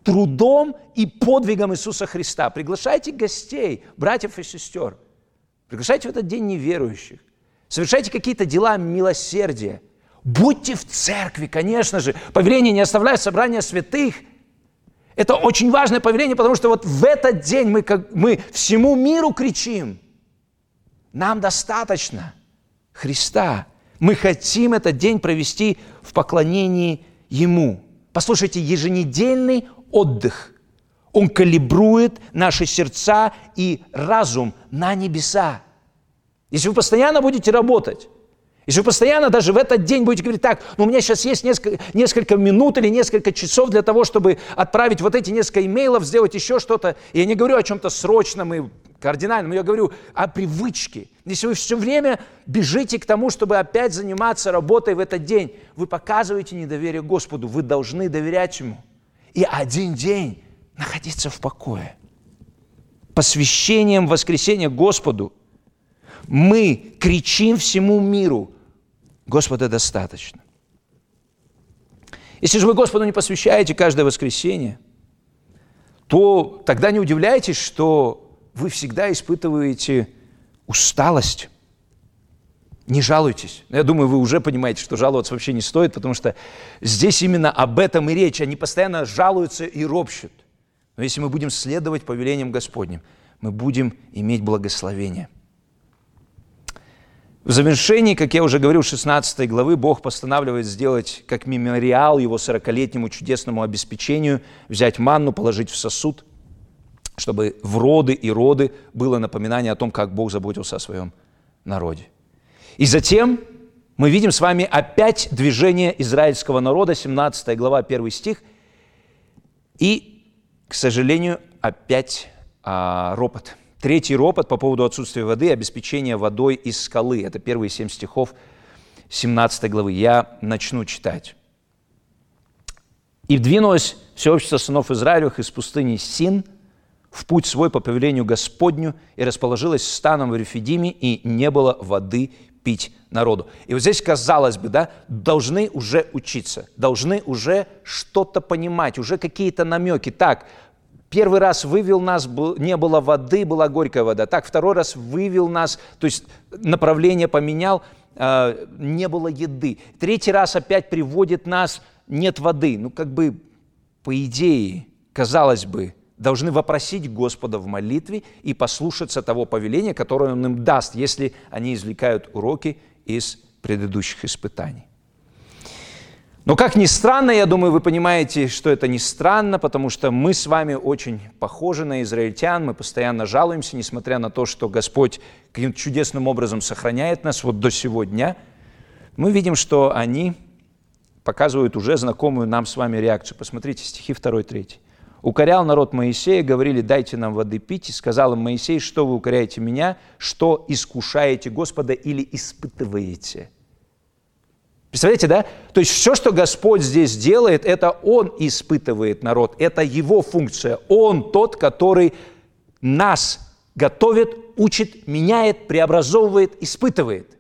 трудом и подвигом Иисуса Христа. Приглашайте гостей, братьев и сестер. Приглашайте в этот день неверующих. Совершайте какие-то дела милосердия. Будьте в церкви, конечно же. Повеление «не оставляй собрания святых». Это очень важное повеление, потому что вот в этот день мы всему миру кричим. Нам достаточно Христа. Мы хотим этот день провести в поклонении Ему. Послушайте, еженедельный отдых. Он калибрует наши сердца и разум на небеса. Если вы постоянно будете работать, если вы постоянно даже в этот день будете говорить так, у меня сейчас есть несколько минут или несколько часов для того, чтобы отправить вот эти несколько имейлов, сделать еще что-то. И я не говорю о чем-то срочном и кардинальном, я говорю о привычке. Если вы все время бежите к тому, чтобы опять заниматься работой в этот день, вы показываете недоверие Господу, вы должны доверять Ему. И один день находиться в покое. Посвящением воскресения Господу мы кричим всему миру: Господа достаточно. Если же вы Господу не посвящаете каждое воскресенье, то тогда не удивляйтесь, что вы всегда испытываете усталость. Не жалуйтесь. Я думаю, вы уже понимаете, что жаловаться вообще не стоит, потому что здесь именно об этом и речь. Они постоянно жалуются и ропщут. Но если мы будем следовать повелениям Господним, мы будем иметь благословение. В завершении, как я уже говорил, 16 главы, Бог постанавливает сделать как мемориал Его 40-летнему чудесному обеспечению, взять манну, положить в сосуд, чтобы в роды и роды было напоминание о том, как Бог заботился о своем народе. И затем мы видим с вами опять движение израильского народа, 17 глава, 1 стих, и, к сожалению, опять ропот. Третий ропот по поводу отсутствия воды, обеспечения водой из скалы. Это первые 7 стихов 17 главы. Я начну читать. «И двинулось все общество сынов Израилевых из пустыни Син в путь свой по повелению Господню и расположилось станом в Рефидиме, и не было воды пить народу». И вот здесь, казалось бы, да, должны уже учиться, должны уже что-то понимать, уже какие-то намеки. Так, первый раз вывел нас, не было воды, была горькая вода. Так, второй раз вывел нас, то есть направление поменял, не было еды. Третий раз опять приводит нас, нет воды. Ну, как бы, по идее, казалось бы, должны вопросить Господа в молитве и послушаться того повеления, которое Он им даст, если они извлекают уроки из предыдущих испытаний. Но как ни странно, я думаю, вы понимаете, что это не странно, потому что мы с вами очень похожи на израильтян, мы постоянно жалуемся, несмотря на то, что Господь каким-то чудесным образом сохраняет нас вот до сего дня. Мы видим, что они показывают уже знакомую нам с вами реакцию. Посмотрите, стихи 2-3. «Укорял народ Моисея, говорили, дайте нам воды пить, и сказал им Моисей, что вы укоряете меня, что искушаете Господа или испытываете». Представляете, да? То есть все, что Господь здесь делает, это Он испытывает народ, это Его функция. Он тот, который нас готовит, учит, меняет, преобразовывает, испытывает.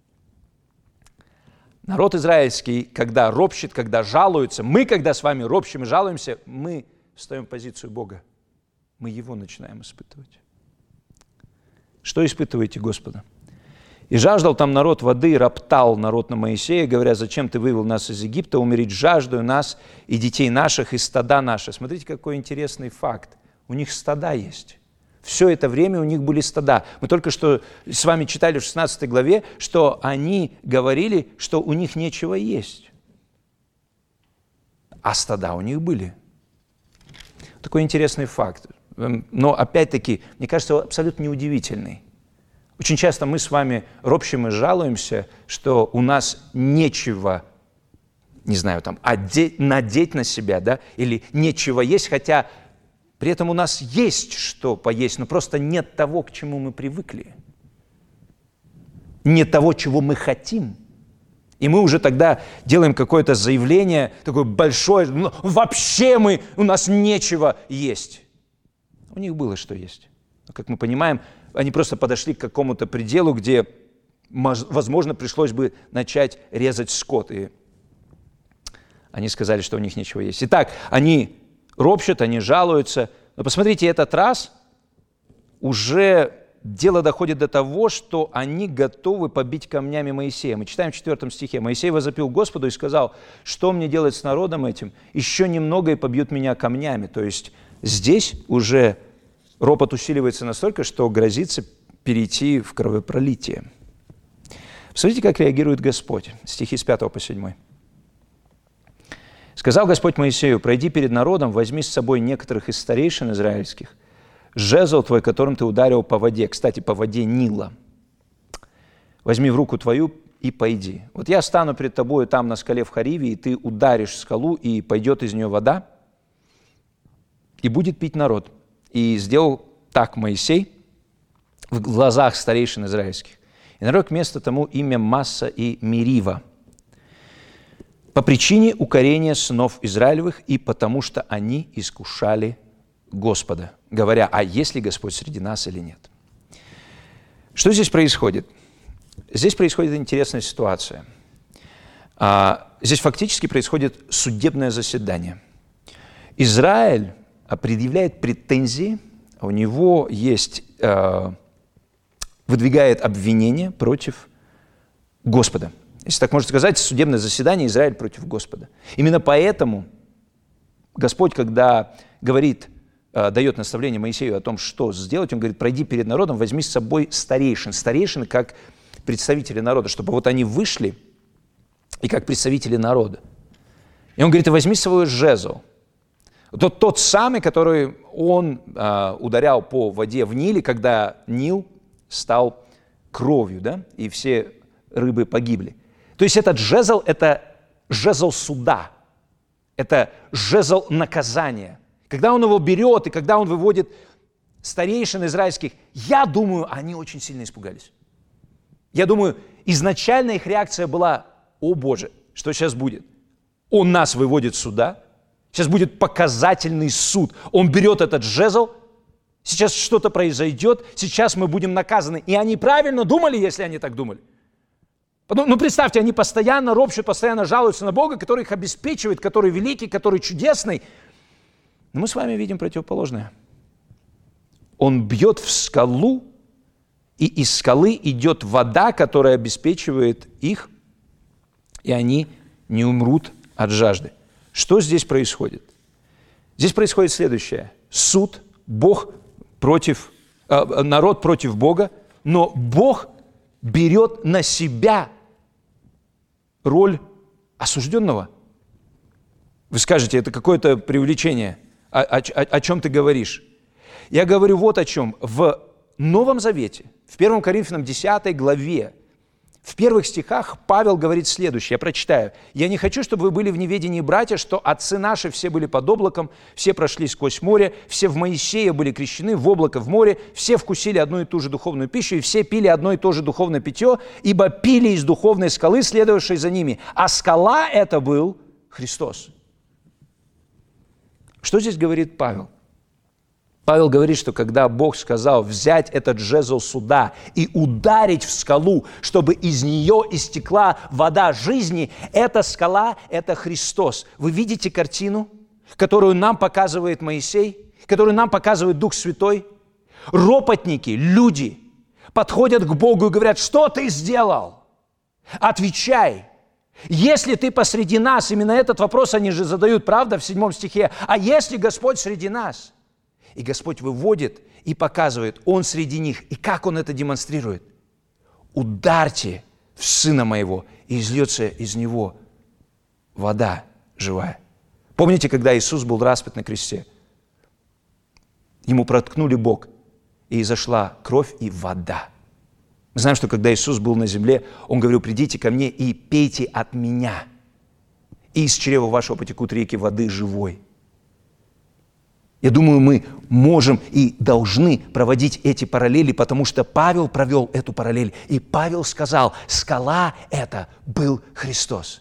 Народ израильский, когда ропщет, когда жалуется, мы, когда с вами ропщим и жалуемся, мы встаем в позицию Бога. Мы Его начинаем испытывать. Что испытываете Господа? «И жаждал там народ воды, и роптал народ на Моисея, говоря, зачем ты вывел нас из Египта, умереть жаждою нас и детей наших, и стада наши». Смотрите, какой интересный факт. У них стада есть. Все это время у них были стада. Мы только что с вами читали в 16 главе, что они говорили, что у них нечего есть. А стада у них были. Такой интересный факт. Но опять-таки, мне кажется, абсолютно неудивительный. Очень часто мы с вами ропщим и жалуемся, что у нас нечего, не знаю, там, надеть на себя, да, или нечего есть, хотя при этом у нас есть что поесть, но просто нет того, к чему мы привыкли. Нет того, чего мы хотим. И мы уже тогда делаем какое-то заявление, такое большое, ну, вообще у нас нечего есть. У них было что есть. Но, как мы понимаем, они просто подошли к какому-то пределу, где, возможно, пришлось бы начать резать скот. И они сказали, что у них нечего есть. Итак, они ропщут, они жалуются. Но посмотрите, этот раз уже дело доходит до того, что они готовы побить камнями Моисея. Мы читаем в 4 стихе. Моисей возопил Господу и сказал: что мне делать с народом этим? Еще немного и побьют меня камнями. То есть здесь уже ропот усиливается настолько, что грозится перейти в кровопролитие. Посмотрите, как реагирует Господь. Стихи с 5 по 7. «Сказал Господь Моисею: пройди перед народом, возьми с собой некоторых из старейшин израильских, жезл твой, которым ты ударил по воде, кстати, по воде Нила, возьми в руку твою и пойди. Вот я стану перед тобою там на скале в Хариве, и ты ударишь скалу, и пойдет из нее вода, и будет пить народ». И сделал так Моисей в глазах старейшин израильских. И нарек место тому имя Масса и Мерива, по причине укорения сынов Израилевых и потому что они искушали Господа, говоря: а есть ли Господь среди нас или нет? Что здесь происходит? Здесь происходит интересная ситуация. Здесь фактически происходит судебное заседание. Израиль предъявляет претензии, у него есть, выдвигает обвинение против Господа. Если так можно сказать, судебное заседание Израиль против Господа. Именно поэтому Господь, когда говорит, дает наставление Моисею о том, что сделать, он говорит: пройди перед народом, возьми с собой старейшин. Старейшины как представители народа, чтобы вот они вышли и как представители народа. И он говорит: возьми свой жезл. Тот самый, который он ударял по воде в Ниле, когда Нил стал кровью, да, и все рыбы погибли. То есть этот жезл – это жезл суда, это жезл наказания. Когда он его берет и когда он выводит старейшин израильских, я думаю, они очень сильно испугались. Я думаю, изначально их реакция была: о Боже, что сейчас будет? Он нас выводит сюда, сейчас будет показательный суд. Он берет этот жезл, сейчас что-то произойдет, сейчас мы будем наказаны. И они правильно думали, если они так думали. Ну, представьте, они постоянно ропщут, постоянно жалуются на Бога, который их обеспечивает, который великий, который чудесный. Но мы с вами видим противоположное. Он бьет в скалу, и из скалы идет вода, которая обеспечивает их, и они не умрут от жажды. Что здесь происходит? Здесь происходит следующее. Суд, народ против Бога, но Бог берет на себя роль осужденного. Вы скажете, это какое-то преувеличение. О чем ты говоришь? Я говорю вот о чем. В Новом Завете, в 1 Коринфянам 10 главе, в первых стихах Павел говорит следующее, я прочитаю. «Я не хочу, чтобы вы были в неведении, братья, что отцы наши все были под облаком, все прошли сквозь море, все в Моисея были крещены, в облако, в море, все вкусили одну и ту же духовную пищу, и все пили одно и то же духовное питье, ибо пили из духовной скалы, следовавшей за ними, а скала это был Христос». Что здесь говорит Павел? Павел говорит, что когда Бог сказал взять этот жезл суда и ударить в скалу, чтобы из нее истекла вода жизни, эта скала – это Христос. Вы видите картину, которую нам показывает Моисей, которую нам показывает Дух Святой? Ропотники, люди подходят к Богу и говорят: что ты сделал? Отвечай. Если ты посреди нас, именно этот вопрос они же задают, правда, в 7 стихе, а если Господь среди нас? И Господь выводит и показывает, Он среди них. И как Он это демонстрирует? Ударьте в Сына Моего, и изльется из Него вода живая. Помните, когда Иисус был распят на кресте? Ему проткнули бок, и изошла кровь и вода. Мы знаем, что когда Иисус был на земле, Он говорил: придите ко мне и пейте от Меня, и из чрева вашего потекут реки воды живой. Я думаю, мы можем и должны проводить эти параллели, потому что Павел провел эту параллель. И Павел сказал: скала это был Христос.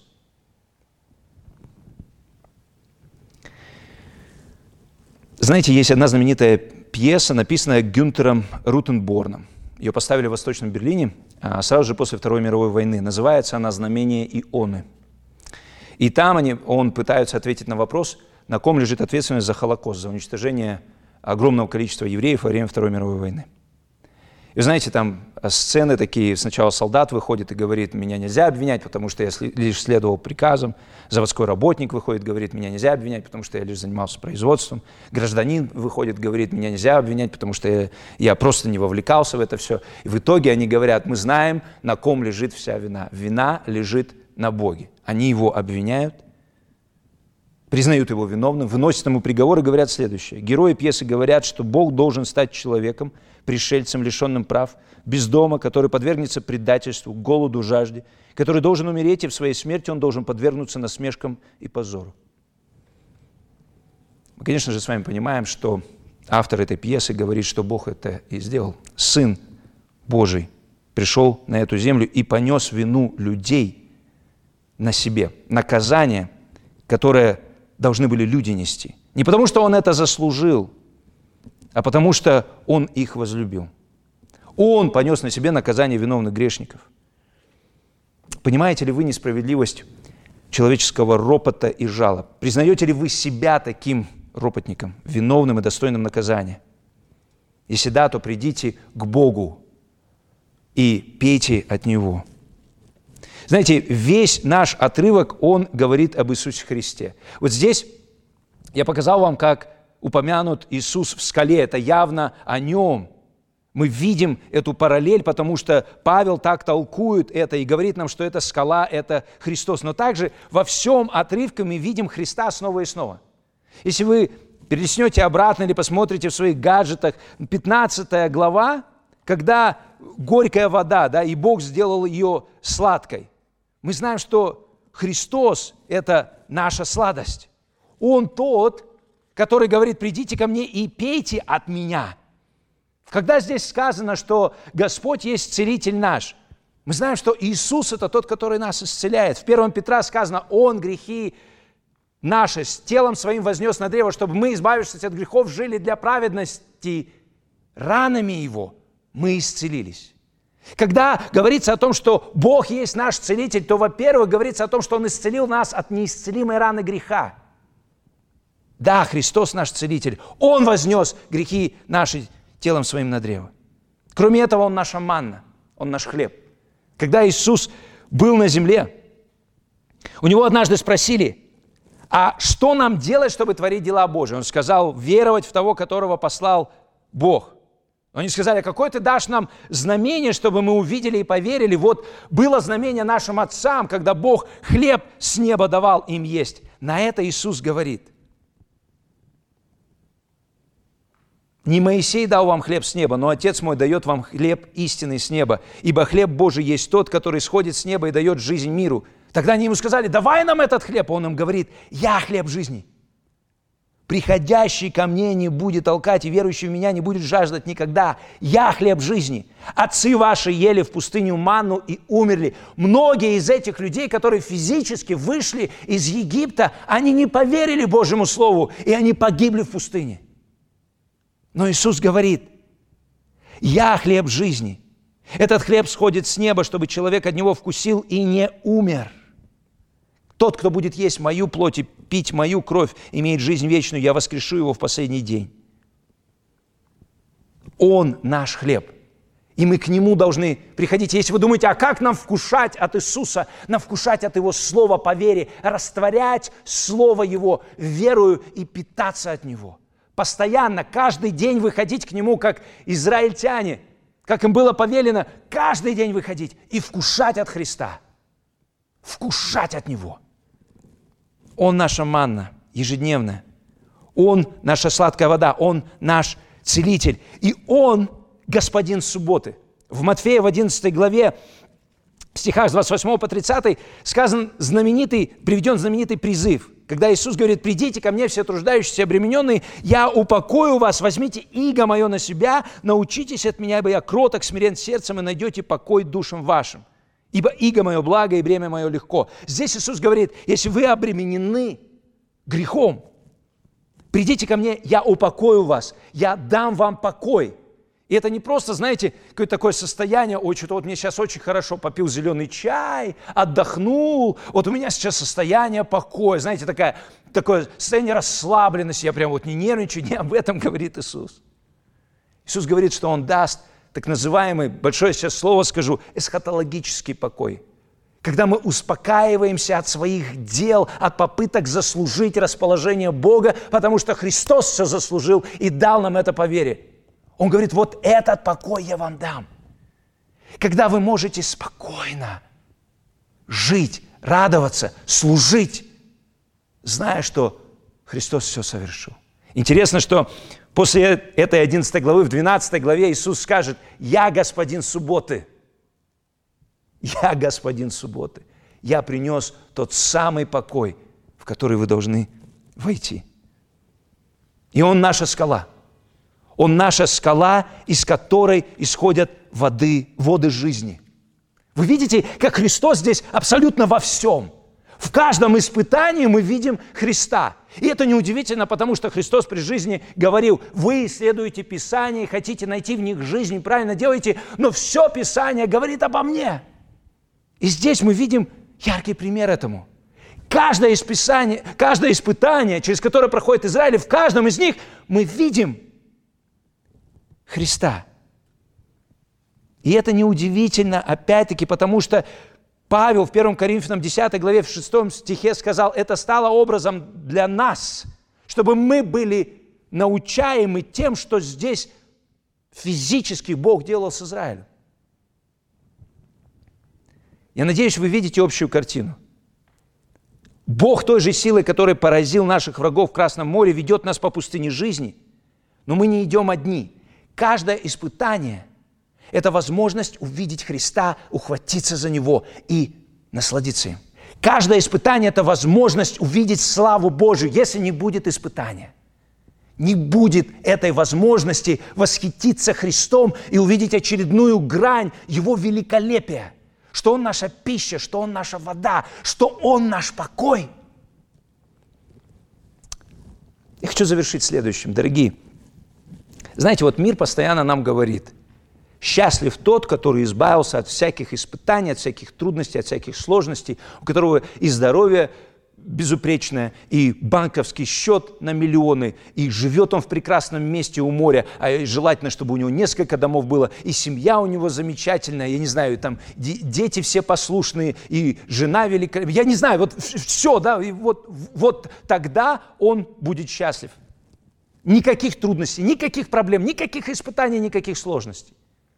Знаете, есть одна знаменитая пьеса, написанная Гюнтером Рутенборном. Ее поставили в Восточном Берлине сразу же после Второй мировой войны. Называется она «Знамение Ионы». И там он пытается ответить на вопрос, на ком лежит ответственность за Холокост, за уничтожение огромного количества евреев во время Второй мировой войны. И знаете, там сцены такие, сначала солдат выходит и говорит, меня нельзя обвинять, потому что я лишь следовал приказам. Заводской работник выходит, говорит, меня нельзя обвинять, потому что я лишь занимался производством. Гражданин выходит, говорит, меня нельзя обвинять, потому что я просто не вовлекался в это все. И в итоге они говорят, мы знаем, на ком лежит вся вина. Вина лежит на Боге. Они его обвиняют, признают его виновным, выносят ему приговор и говорят следующее. Герои пьесы говорят, что Бог должен стать человеком, пришельцем, лишенным прав, без дома, который подвергнется предательству, голоду, жажде, который должен умереть, и в своей смерти он должен подвергнуться насмешкам и позору. Мы, конечно же, с вами понимаем, что автор этой пьесы говорит, что Бог это и сделал. Сын Божий пришел на эту землю и понес вину людей на себе. Наказание, которое должны были люди нести. Не потому, что он это заслужил, а потому что он их возлюбил. Он понес на себе наказание виновных грешников. Понимаете ли вы несправедливость человеческого ропота и жалоб? Признаете ли вы себя таким ропотником, виновным и достойным наказания? Если да, то придите к Богу и пейте от Него. Знаете, весь наш отрывок, он говорит об Иисусе Христе. Вот здесь я показал вам, как упомянут Иисус в скале. Это явно о Нем. Мы видим эту параллель, потому что Павел так толкует это и говорит нам, что эта скала – это Христос. Но также во всем отрывке мы видим Христа снова и снова. Если вы перелистнете обратно или посмотрите в своих гаджетах, 15 глава, когда горькая вода, да, и Бог сделал ее сладкой. Мы знаем, что Христос – это наша сладость. Он тот, который говорит, придите ко мне и пейте от меня. Когда здесь сказано, что Господь есть целитель наш, мы знаем, что Иисус – это тот, который нас исцеляет. В 1 Петра сказано, Он грехи наши с телом своим вознес на древо, чтобы мы, избавившись от грехов, жили для праведности. Ранами Его мы исцелились. Когда говорится о том, что Бог есть наш целитель, то, во-первых, говорится о том, что Он исцелил нас от неисцелимой раны греха. Да, Христос наш целитель. Он вознес грехи наши телом своим на древо. Кроме этого, Он наша манна, Он наш хлеб. Когда Иисус был на земле, у Него однажды спросили, а что нам делать, чтобы творить дела Божьи? Он сказал, веровать в того, которого послал Бог. Они сказали, какое ты дашь нам знамение, чтобы мы увидели и поверили? Вот было знамение нашим отцам, когда Бог хлеб с неба давал им есть. На это Иисус говорит, не Моисей дал вам хлеб с неба, но Отец мой дает вам хлеб истинный с неба, ибо хлеб Божий есть тот, который сходит с неба и дает жизнь миру. Тогда они ему сказали, давай нам этот хлеб. Он им говорит, я хлеб жизни. Приходящий ко мне не будет толкать, и верующий в меня не будет жаждать никогда. Я хлеб жизни. Отцы ваши ели в пустыню манну и умерли. Многие из этих людей, которые физически вышли из Египта, они не поверили Божьему Слову, и они погибли в пустыне. Но Иисус говорит, я хлеб жизни. Этот хлеб сходит с неба, чтобы человек от него вкусил и не умер. Тот, кто будет есть мою плоть и пить мою кровь, имеет жизнь вечную, я воскрешу его в последний день. Он наш хлеб, и мы к Нему должны приходить. Если вы думаете, а как нам вкушать от Иисуса, нам вкушать от Его Слова по вере, растворять Слово Его верою и питаться от Него. Постоянно, каждый день выходить к Нему, как израильтяне, как им было повелено, каждый день выходить и вкушать от Христа, вкушать от Него. Он наша манна ежедневная, Он наша сладкая вода, Он наш целитель, и Он Господин субботы. В Матфея в 11 главе, в стихах с 28 по 30 приведен знаменитый призыв, когда Иисус говорит, придите ко мне, все труждающиеся и обремененные, я упокою вас, возьмите иго мое на себя, научитесь от меня, ибо я кроток, смирен сердцем, и найдете покой душам вашим. Ибо иго мое благо, и бремя мое легко. Здесь Иисус говорит, если вы обременены грехом, придите ко мне, я упокою вас, я дам вам покой. И это не просто, знаете, какое-то такое состояние, ой, что-то вот мне сейчас очень хорошо, попил зеленый чай, отдохнул, вот у меня сейчас состояние покоя, знаете, такое состояние расслабленности, я прям вот не нервничаю, не об этом говорит Иисус. Иисус говорит, что Он даст так называемый, большое сейчас слово скажу, эсхатологический покой. Когда мы успокаиваемся от своих дел, от попыток заслужить расположение Бога, потому что Христос все заслужил и дал нам это по вере. Он говорит, вот этот покой я вам дам. Когда вы можете спокойно жить, радоваться, служить, зная, что Христос все совершил. Интересно, что после этой 11 главы, в 12 главе Иисус скажет, «Я господин субботы». Я господин субботы. Я принес тот самый покой, в который вы должны войти. И Он наша скала. Он наша скала, из которой исходят воды жизни. Вы видите, как Христос здесь абсолютно во всем. В каждом испытании мы видим Христа. И это неудивительно, потому что Христос при жизни говорил, вы исследуете Писание, хотите найти в них жизнь, правильно делаете, но все Писание говорит обо мне. И здесь мы видим яркий пример этому. Каждое испытание, через которое проходит Израиль, в каждом из них мы видим Христа. И это неудивительно, опять-таки, потому что Павел в 1 Коринфянам 10 главе в 6 стихе сказал, это стало образом для нас, чтобы мы были научаемы тем, что здесь физически Бог делал с Израилем. Я надеюсь, вы видите общую картину. Бог той же силой, который поразил наших врагов в Красном море, ведет нас по пустыне жизни, но мы не идем одни. Каждое испытание – это возможность увидеть Христа, ухватиться за Него и насладиться им. Каждое испытание – это возможность увидеть славу Божию. Если не будет испытания, не будет этой возможности восхититься Христом и увидеть очередную грань Его великолепия, что Он наша пища, что Он наша вода, что Он наш покой. Я хочу завершить следующим, дорогие. Знаете, вот мир постоянно нам говорит, счастлив тот, который избавился от всяких испытаний, от всяких трудностей, от всяких сложностей, у которого и здоровье безупречное, и банковский счет на миллионы, и живет он в прекрасном месте у моря, а желательно, чтобы у него несколько домов было, и семья у него замечательная, я не знаю, там дети все послушные, и жена великолепная, я не знаю, вот все, да, и вот тогда он будет счастлив. Никаких трудностей, никаких проблем, никаких испытаний, никаких сложностей.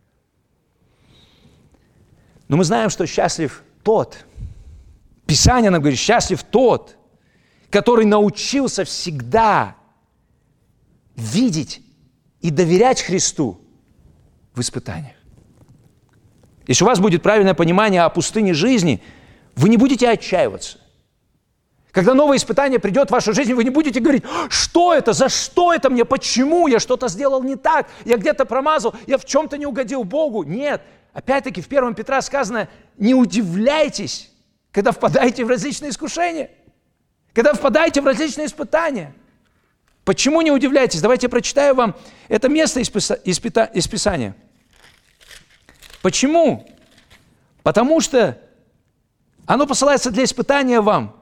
Но мы знаем, что счастлив тот, Писание нам говорит, счастлив тот, который научился всегда видеть и доверять Христу в испытаниях. Если у вас будет правильное понимание о пустыне жизни, вы не будете отчаиваться. Когда новое испытание придет в вашу жизнь, вы не будете говорить, что это, за что это мне, почему, я что-то сделал не так, я где-то промазал, я в чем-то не угодил Богу. Нет, опять-таки в 1 Петра сказано, не удивляйтесь, когда впадаете в различные искушения, когда впадаете в различные испытания. Почему не удивляйтесь? Давайте я прочитаю вам это место из Писания. Почему? Потому что оно посылается для испытания вам.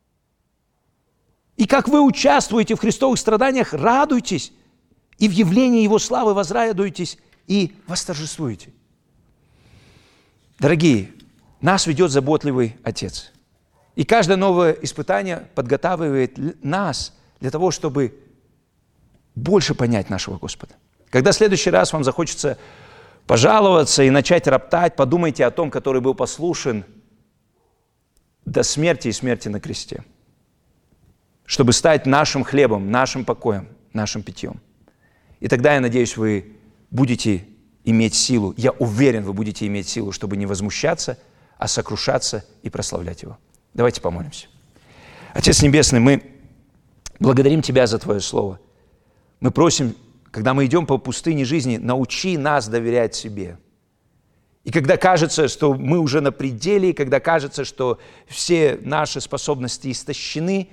И как вы участвуете в христовых страданиях, радуйтесь, и в явлении Его славы возрадуйтесь и восторжествуете. Дорогие, нас ведет заботливый Отец. И каждое новое испытание подготавливает нас для того, чтобы больше понять нашего Господа. Когда в следующий раз вам захочется пожаловаться и начать роптать, подумайте о том, который был послушен до смерти и смерти на кресте, чтобы стать нашим хлебом, нашим покоем, нашим питьем. И тогда, я надеюсь, вы будете иметь силу, я уверен, вы будете иметь силу, чтобы не возмущаться, а сокрушаться и прославлять Его. Давайте помолимся. Отец Небесный, мы благодарим Тебя за Твое Слово. Мы просим, когда мы идем по пустыне жизни, научи нас доверять Себе. И когда кажется, что мы уже на пределе, и когда кажется, что все наши способности истощены,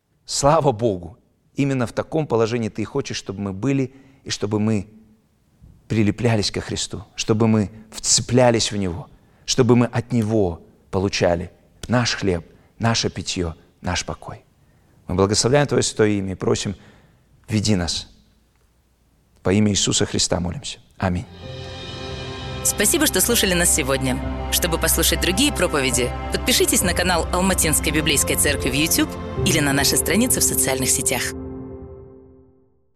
слава Богу, именно в таком положении Ты хочешь, чтобы мы были, и чтобы мы прилеплялись ко Христу, чтобы мы вцеплялись в Него, чтобы мы от Него получали наш хлеб, наше питье, наш покой. Мы благословляем Твое святое имя и просим, веди нас. Во имя Иисуса Христа молимся. Аминь. Спасибо, что слушали нас сегодня. Чтобы послушать другие проповеди, подпишитесь на канал Алматинской библейской церкви в YouTube или на наши страницы в социальных сетях.